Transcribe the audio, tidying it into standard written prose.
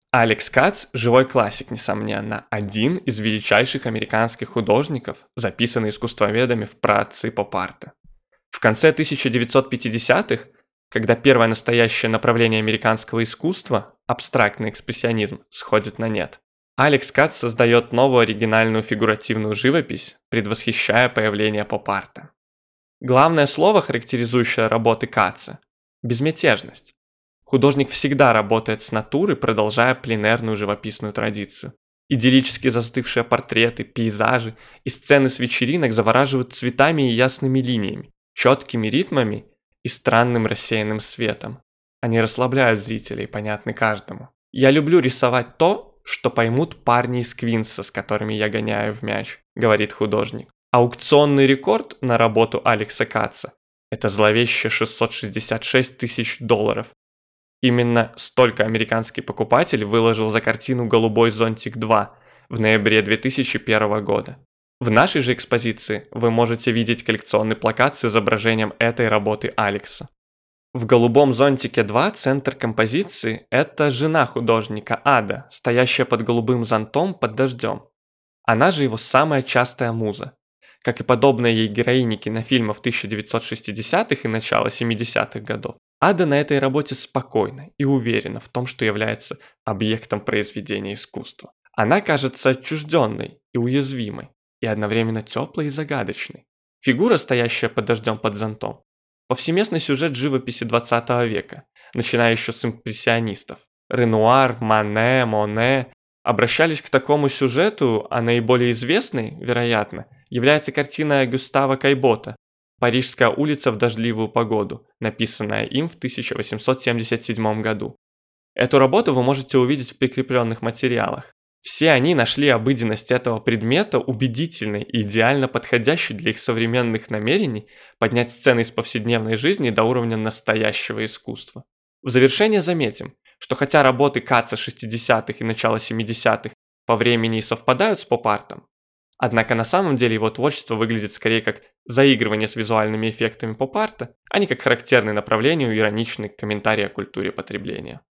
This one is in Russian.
Алекс Кац – живой классик, несомненно, один из величайших американских художников, записанный искусствоведами в праотцы поп-арта. В конце 1950-х, когда первое настоящее направление американского искусства, абстрактный экспрессионизм, сходит на нет, Алекс Кац создает новую оригинальную фигуративную живопись, предвосхищая появление поп-арта. Главное слово, характеризующее работы Каца – безмятежность. Художник всегда работает с натуры, продолжая пленэрную живописную традицию. Идиллически застывшие портреты, пейзажи и сцены с вечеринок завораживают цветами и ясными линиями, четкими ритмами и странным рассеянным светом. Они расслабляют зрителей, понятны каждому. «Я люблю рисовать то, что поймут парни из Квинса, с которыми я гоняю в мяч», — говорит художник. Аукционный рекорд на работу Алекса Каца – это зловещие $666 тысяч. Именно столько американский покупатель выложил за картину «Голубой зонтик 2» в ноябре 2001 года. В нашей же экспозиции вы можете видеть коллекционный плакат с изображением этой работы Алекса. В «Голубом зонтике 2» центр композиции – это жена художника Ада, стоящая под голубым зонтом под дождем. Она же его самая частая муза. Как и подобная ей героине кинофильмов 1960-х и начала 70-х годов, Ада на этой работе спокойна и уверена в том, что является объектом произведения искусства. Она кажется отчужденной и уязвимой, и одновременно теплой и загадочной. Фигура, стоящая под дождем под зонтом, повсеместный сюжет живописи 20 века, начиная еще с импрессионистов. Ренуар, Мане, Моне обращались к такому сюжету, а наиболее известной, вероятно, является картина Гюстава Кайбота «Парижская улица в дождливую погоду», написанная им в 1877 году. Эту работу вы можете увидеть в прикрепленных материалах. Все они нашли обыденность этого предмета убедительной и идеально подходящей для их современных намерений поднять сцены из повседневной жизни до уровня настоящего искусства. В завершение заметим, что хотя работы Каца 60-х и начала 70-х по времени совпадают с поп-артом, однако на самом деле его творчество выглядит скорее как заигрывание с визуальными эффектами поп-арта, а не как характерный направлению ироничный комментарий о культуре потребления.